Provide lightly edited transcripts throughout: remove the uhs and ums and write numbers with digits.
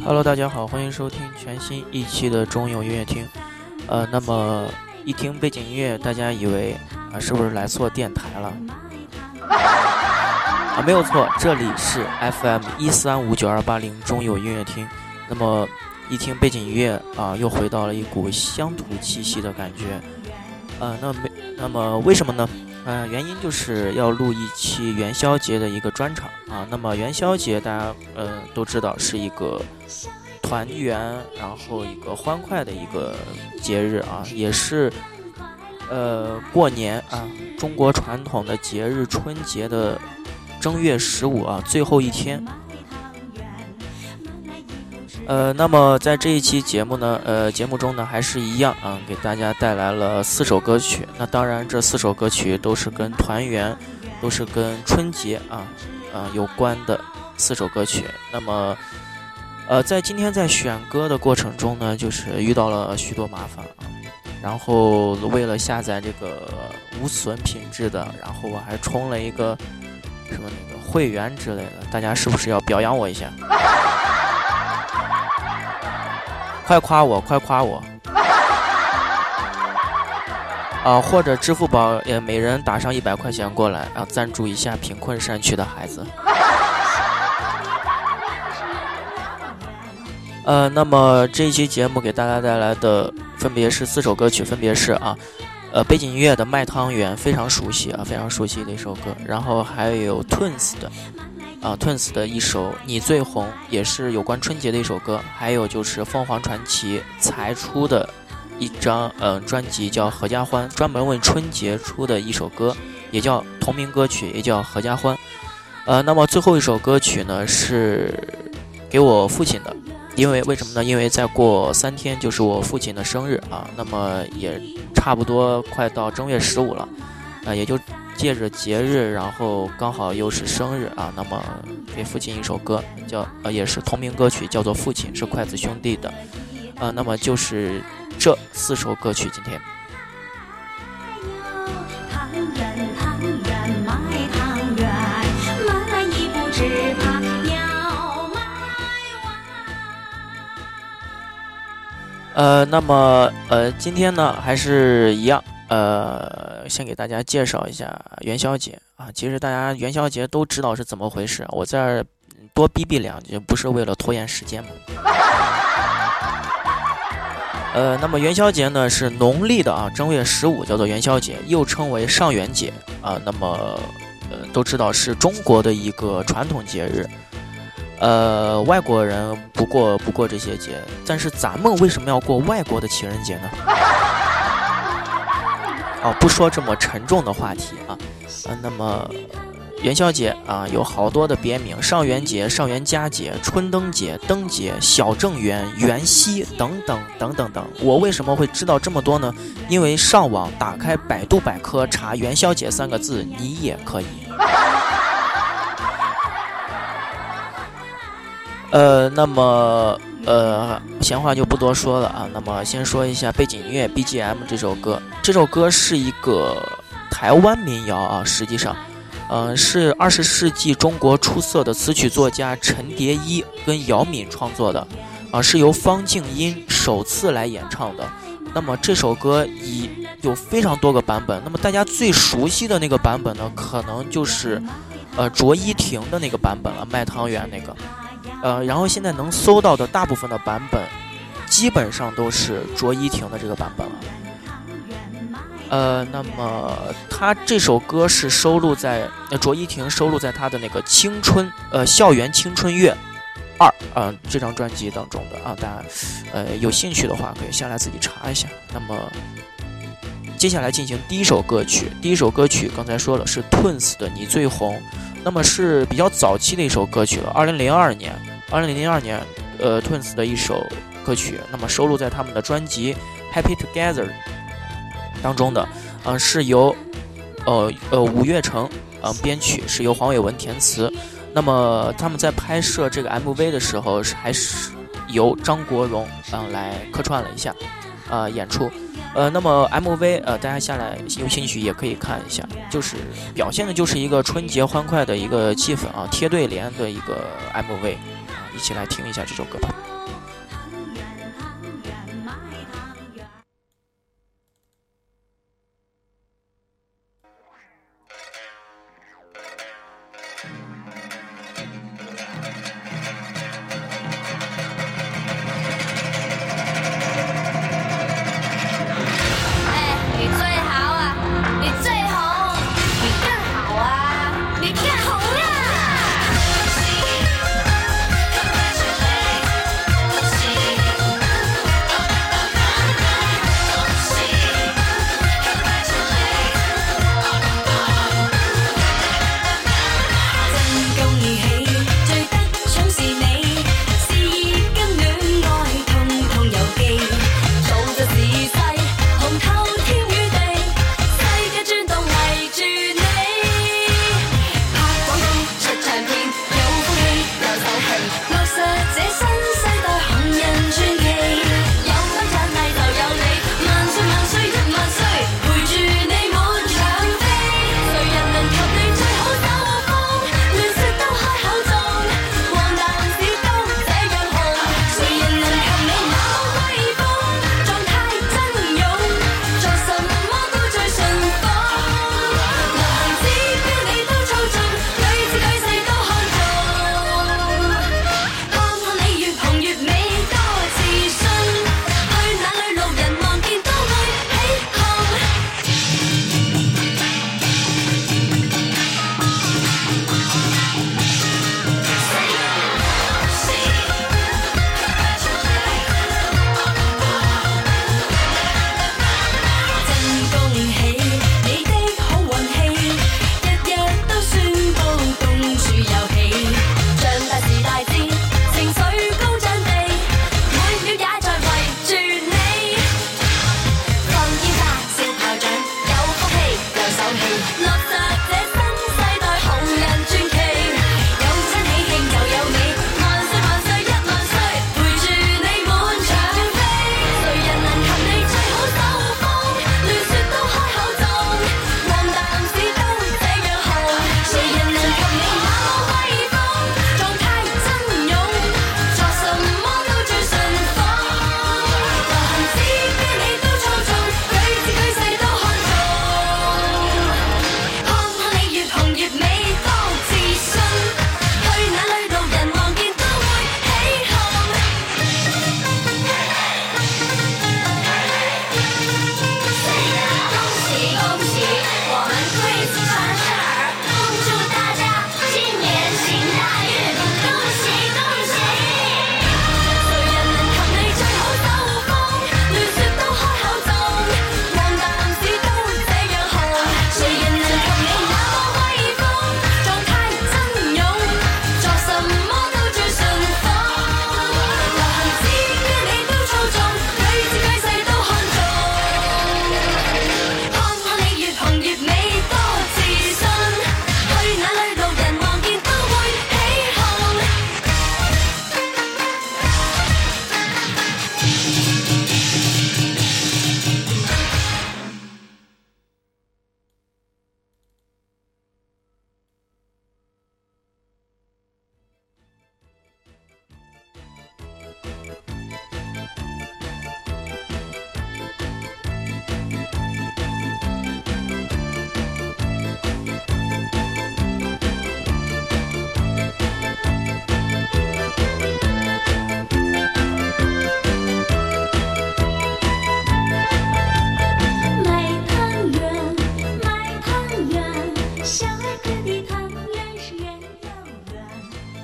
Hello，大家好，欢迎收听全新一期的中友音乐厅。那么一听背景音乐，大家以为是不是来错电台了？没有错，这里是 FM 1359280中友音乐厅。那么一听背景音乐又回到了一股乡土气息的感觉。那么为什么呢？原因就是要录一期元宵节的一个专场啊。那么元宵节大家都知道是一个团圆，然后一个欢快的一个节日啊，也是过年啊，中国传统的节日春节的正月15啊最后一天。那么在这一期节目呢，节目中呢还是一样啊，给大家带来了4首歌曲。那当然，这4首歌曲都是跟团圆，都是跟春节有关的4首歌曲。那么，在今天在选歌的过程中呢，就是遇到了许多麻烦啊。然后为了下载这个无损品质的，然后我还充了一个什么那个会员之类的，大家是不是要表扬我一下？快夸我，快夸我！或者支付宝也每人打上100块钱过来，然后赞助一下贫困山区的孩子。那么这一期节目给大家带来的分别是4首歌曲，分别是背景音乐的《卖汤圆》非常熟悉非常熟悉的一首歌，然后还有 Twins 的。Twins 的一首《你最红》也是有关春节的一首歌，还有就是凤凰传奇才出的一张专辑叫《合家欢》，专门为春节出的一首歌，也叫同名歌曲，也叫《合家欢》。那么最后一首歌曲呢是给我父亲的，为什么呢？因为再过3天就是我父亲的生日那么也差不多快到正月15了，也就借着节日，然后刚好又是生日那么给父亲一首歌，也是同名歌曲，叫做《父亲》，是筷子兄弟的。那么就是这4首歌曲，今天。那么今天呢还是一样。先给大家介绍一下元宵节其实大家元宵节都知道是怎么回事，我这儿多逼逼两句，不是为了拖延时间嘛。那么元宵节呢是农历的正月15，叫做元宵节，又称为上元节那么都知道是中国的一个传统节日。外国人不过这些节，但是咱们为什么要过外国的情人节呢？不说这么沉重的话题那么元宵节有好多的别名，上元节、上元佳节、春灯节、灯节、小正元、元夕等等等等等。我为什么会知道这么多呢？因为上网打开百度百科查元宵节3个字，你也可以。那么闲话就不多说了那么先说一下背景音乐 BGM 这首歌。这首歌是一个台湾民谣实际上是20世纪中国出色的词曲作家陈蝶衣跟姚敏创作的是由方静音首次来演唱的。那么这首歌有非常多个版本，那么大家最熟悉的那个版本呢，可能就是卓依婷的那个版本了，卖汤圆那个。然后现在能搜到的大部分的版本基本上都是卓依婷的这个版本了。那么他这首歌是收录在卓依婷收录在他的那个青春校园青春乐2这张专辑当中的大家有兴趣的话可以下来自己查一下。那么接下来进行第一首歌曲。第一首歌曲刚才说了是 Twins 的你最红，那么是比较早期的一首歌曲了，2002年Twins 的一首歌曲，那么收录在他们的专辑 Happy Together 当中的是由五月成编曲，是由黄伟文填词。那么他们在拍摄这个 MV 的时候还是由张国荣来客串了一下演出。那么 MV 大家下来有兴趣也可以看一下，就是表现的就是一个春节欢快的一个气氛贴对联的一个 MV 一起来听一下这首歌吧。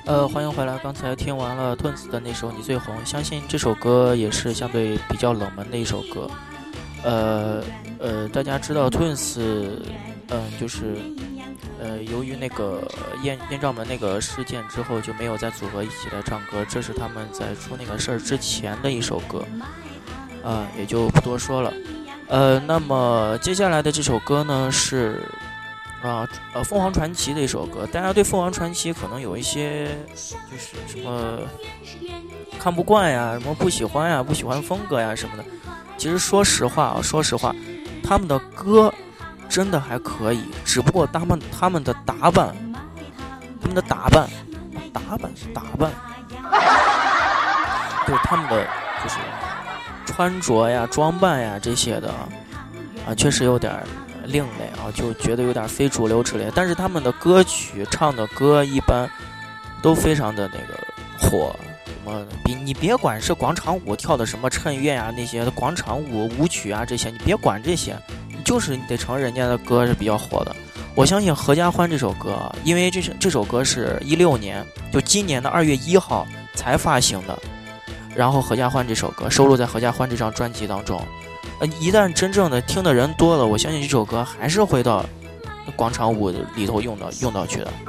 欢迎回来。刚才听完了 Twins 的那首《你最红》，相信这首歌也是相对比较冷门的一首歌。大家知道 Twins，就是由于那个艳照门那个事件之后，就没有再组合一起来唱歌。这是他们在出那个事儿之前的一首歌，也就不多说了。那么接下来的这首歌呢是。凤凰传奇的一首歌，大家对凤凰传奇可能有一些就是什么看不惯呀，什么不喜欢呀，不喜欢风格呀什么的。其实说实话，他们的歌真的还可以，只不过他们的打扮，就是他们的就是穿着呀、装扮呀这些的确实有点另类就觉得有点非主流之类，但是他们的歌曲唱的歌一般都非常的那个火，什么你别管是广场舞跳的什么衬乐啊那些的广场舞曲啊这些，你别管这些，你得承认人家的歌是比较火的。我相信合家欢这首歌因为这首歌是16年，就今年的2月1号才发行的，然后合家欢这首歌收录在合家欢这张专辑当中。一旦真正的听的人多了，我相信这首歌还是会到广场舞里头用到去的。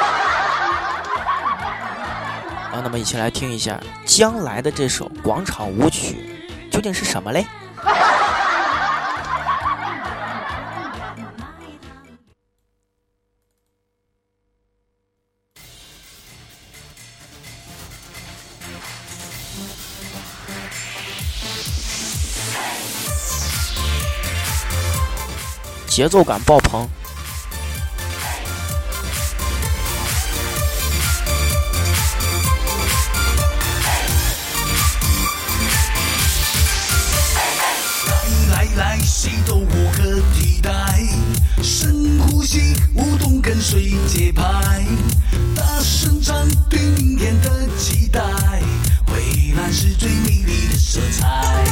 那么一起来听一下将来的这首广场舞曲究竟是什么嘞？节奏感爆棚。 来，谁都无可替代，深呼吸，舞动跟随节拍，大声唱对明天的期待，蔚蓝是最美丽的色彩。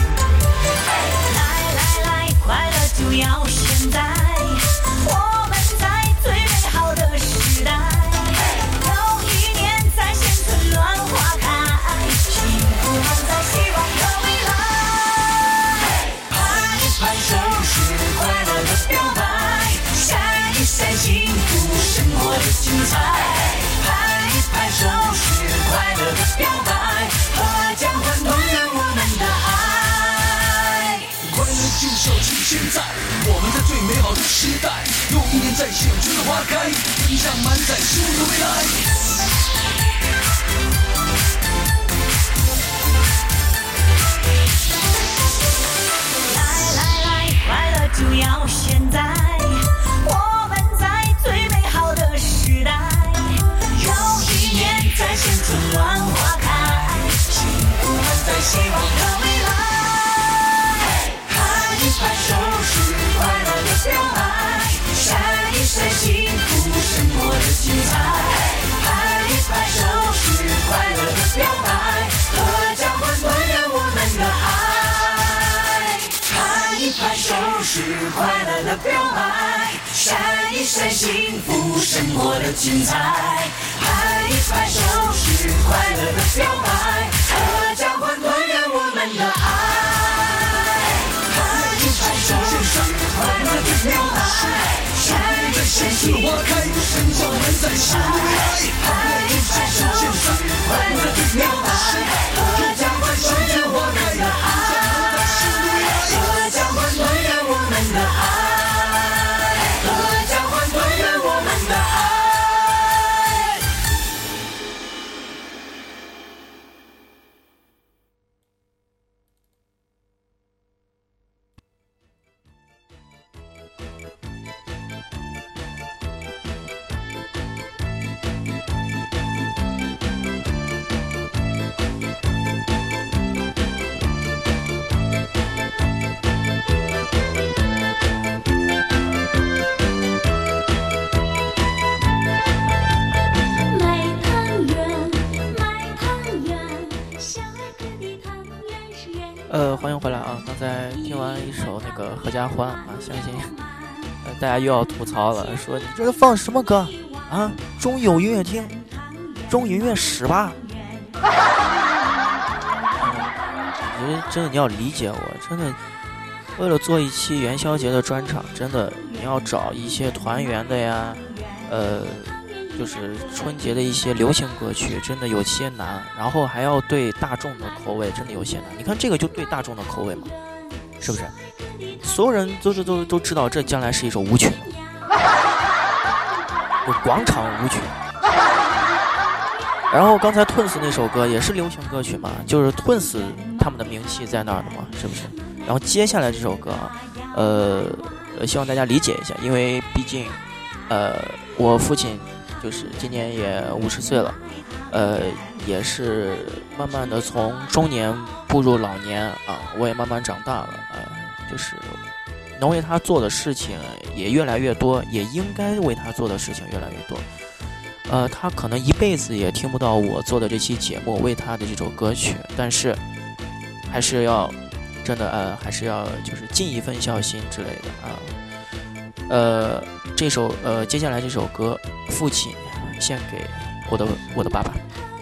来，快乐就要现在，我们在最美好的时代，又一年再现春暖花开，幸福满载希望的未来。拍手是快乐的表白，闪一闪幸福生活的精彩。拍手是快乐的表白，合家欢团圆我们的爱。快乐就是要趁现在，我们在最美好的时代，又一年再现春暖花开，分享满载幸福的未来。快乐就要现在，我们在最美好的时代，又一年再现春暖花开，幸福满载希望的未来。拍手是快乐的表白，闪一闪幸福生活的精彩。拍手是快乐的表白，合家欢团圆我们的爱。拍手是快乐的表白，闪一闪幸福生活的精彩。拍手是快乐的表白，合家欢团圆我们的爱。拍手是快乐的表白，闪一闪幸福生活的精彩。拍手是快乐的表白，合家欢团圆我们的爱。合家欢团圆我们的爱，合家欢团圆我们的爱。 欢迎回来啊！刚才听完一首那个合家欢相信大家又要吐槽了，说你这个放什么歌啊？中有音乐厅中云乐10吧。我觉得真的你要理解我，真的为了做一期元宵节的专场，真的你要找一些团圆的呀，就是春节的一些流行歌曲，真的有些难。然后还要对大众的口味，真的有些难。你看这个就对大众的口味嘛，是不是？所有人都知道这将来是一首舞曲嘛，有广场舞曲。然后刚才 Twins 那首歌也是流行歌曲嘛，就是 Twins 他们的名气在那儿的嘛，是不是？然后接下来这首歌希望大家理解一下，因为毕竟我父亲就是今年也50岁了，也是慢慢的从中年步入老年啊，我也慢慢长大了就是能为他做的事情也越来越多，也应该为他做的事情越来越多。他可能一辈子也听不到我做的这期节目，为他的这首歌曲，但是还是要真的还是要就是尽一份孝心之类的这首接下来这首歌《父亲》献给我的爸爸。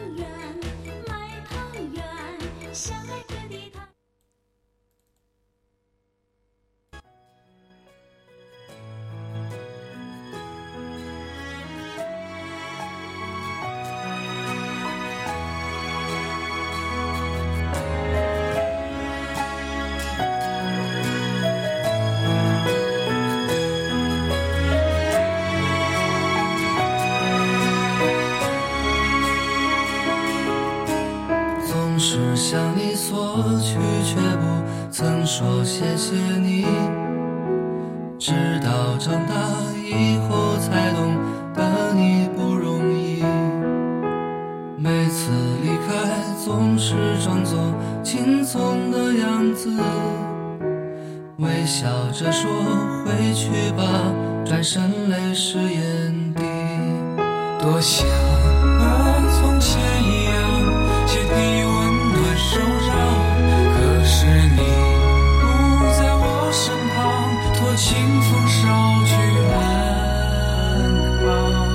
是向你索取，却不曾说谢谢你。直到长大以后才懂得你不容易。每次离开总是装作轻松的样子，微笑着说回去吧，转身泪湿眼底。多想从前一样写你温暖手掌，可是你不在我身旁，托清风捎去安康。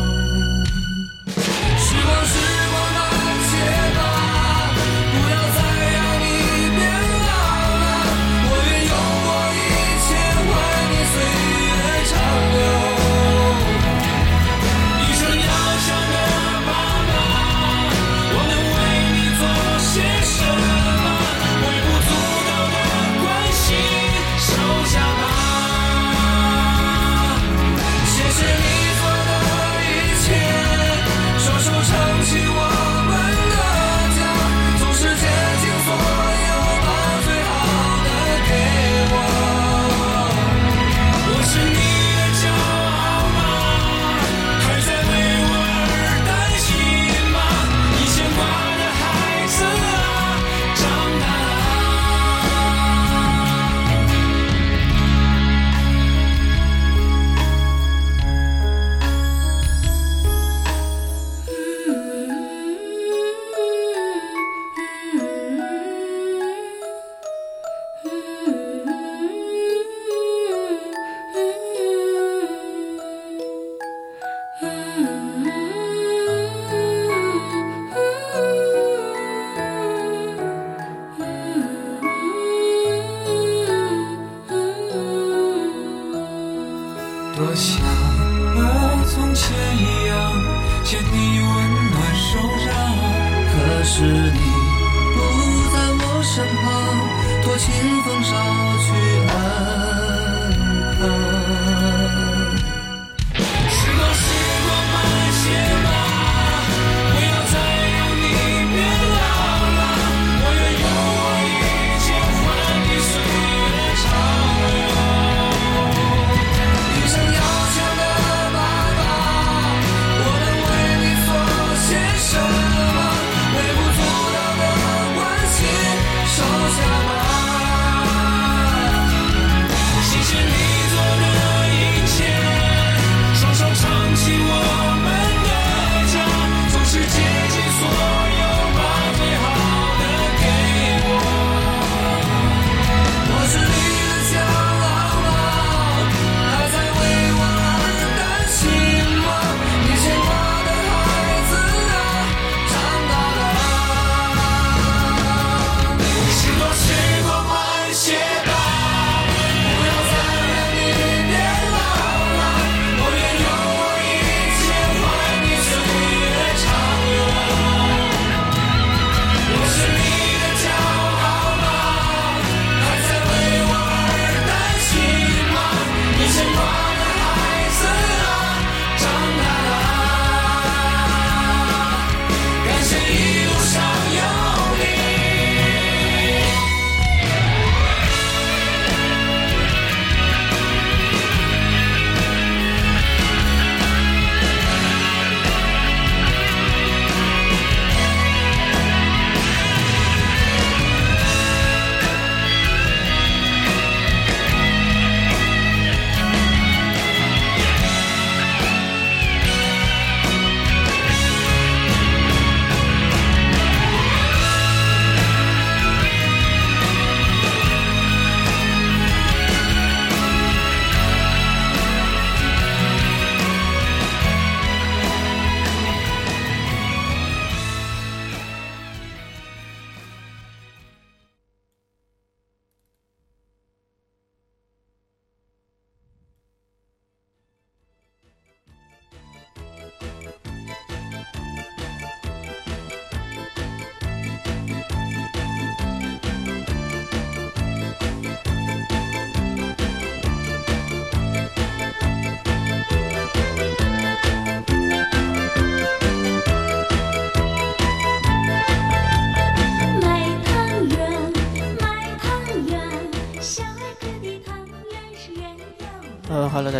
时光慢些吧，不要再让你变老了，我愿用我一切换你岁月长流。一生要想的爸爸，我能为你做些什么？微不足道的关心收下吧，谢谢你做的一切，双手撑起我们的家，总是竭尽所有把最好的给我。我是你的骄傲吗？还在为我而担心吗？你牵挂的孩子啊，长大了。多想从前一样牵你温暖手掌，可是你不在我身旁，托清风捎去安康。时光慢些吧，不要再让你变老了，我愿用我一切换你岁月长流。一生要强的爸爸，我能为你做些什么？微不足道的关心收下吧，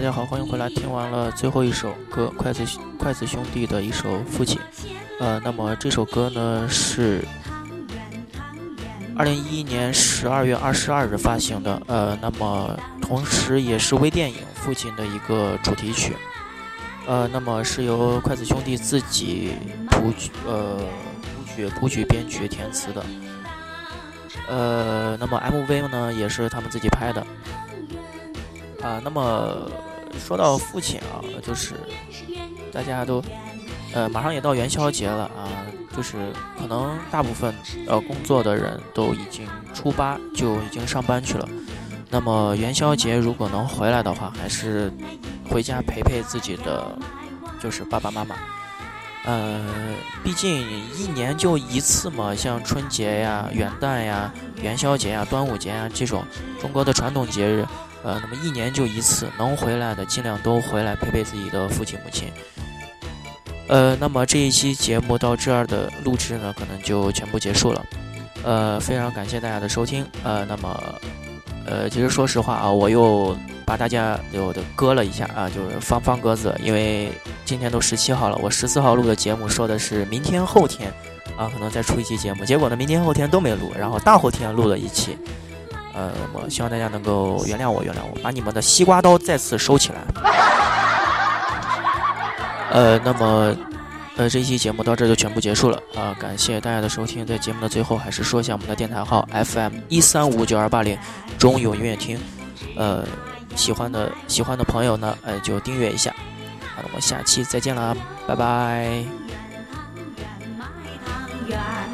家好，欢迎回来。听完了最后一首歌，筷子兄弟的一首《父亲》。那么这首歌呢是2011年12月22日发行的。那么同时也是微电影《父亲》的一个主题曲。那么是由筷子兄弟自己谱曲、编曲、填词的。那么 MV 呢也是他们自己拍的。那么说到父亲啊，就是大家都马上也到元宵节了啊，就是可能大部分工作的人都已经初8就已经上班去了。那么元宵节如果能回来的话，还是回家陪自己的就是爸爸妈妈。毕竟一年就一次嘛，像春节呀、元旦呀、元宵节呀、端午节呀这种中国的传统节日，那么一年就一次，能回来的尽量都回来陪自己的父亲母亲。那么这一期节目到这儿的录制呢，可能就全部结束了。非常感谢大家的收听。那么其实说实话啊，我又把大家又割了一下啊，就是放鸽子，因为今天都17号了，我14号录的节目说的是明天后天啊，可能再出一期节目，结果呢明天后天都没录，然后大后天录了一期。我希望大家能够原谅我，把你们的西瓜刀再次收起来。那么这一期节目到这就全部结束了啊！感谢大家的收听，在节目的最后还是说一下我们的电台号 FM1359280中有音乐厅。喜欢的朋友呢，就订阅一下。好，那我们下期再见啦，拜拜。